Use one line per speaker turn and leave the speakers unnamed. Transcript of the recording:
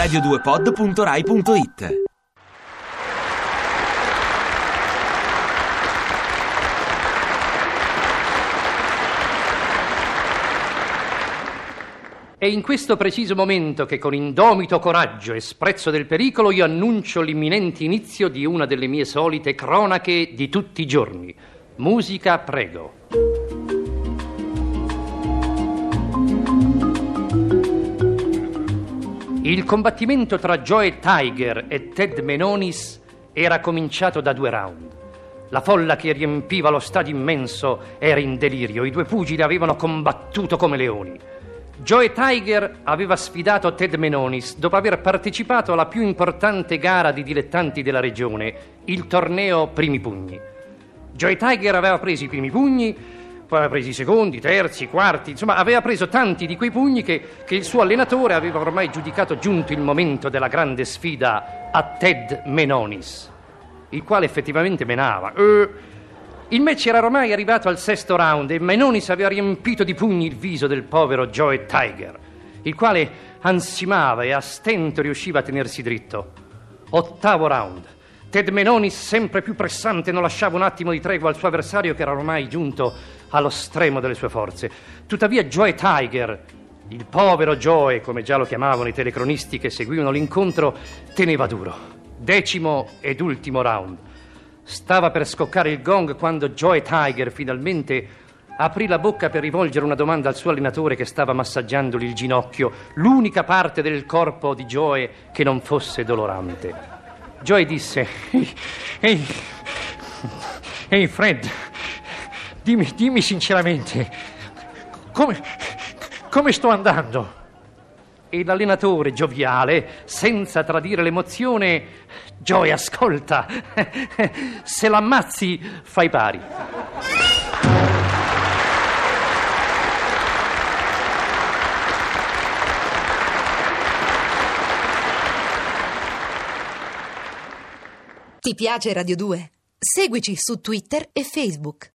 radio2pod.rai.it.
È in questo preciso momento che con indomito coraggio e sprezzo del pericolo io annuncio l'imminente inizio di una delle mie solite cronache di tutti i giorni. Musica, prego. Il combattimento tra Joe Tiger e Ted Menonis era cominciato da 2 round. La folla che riempiva lo stadio immenso era in delirio. I 2 pugili avevano combattuto come leoni. Joe Tiger aveva sfidato Ted Menonis dopo aver partecipato alla più importante gara di dilettanti della regione, il torneo Primi Pugni. Joe Tiger aveva preso i primi pugni, poi aveva preso i secondi, terzi, quarti, insomma aveva preso tanti di quei pugni che il suo allenatore aveva ormai giudicato giunto il momento della grande sfida a Ted Menonis, il quale effettivamente menava. Il match era ormai arrivato al 6° round e Menonis aveva riempito di pugni il viso del povero Joe Tiger, il quale ansimava e a stento riusciva a tenersi dritto. 8° round. Ted Menonis, sempre più pressante, non lasciava un attimo di tregua al suo avversario che era ormai giunto allo stremo delle sue forze. Tuttavia Joe Tiger, il povero Joe, come già lo chiamavano i telecronisti che seguivano l'incontro, teneva duro. 10° ed ultimo round. Stava per scoccare il gong quando Joe Tiger finalmente aprì la bocca per rivolgere una domanda al suo allenatore che stava massaggiandogli il ginocchio, l'unica parte del corpo di Joe che non fosse dolorante. Joe disse: Ehi Fred, dimmi sinceramente, come sto andando? E l'allenatore gioviale, senza tradire l'emozione: Joe, ascolta, se l'ammazzi fai pari.
Ti piace Radio 2? Seguici su Twitter e Facebook.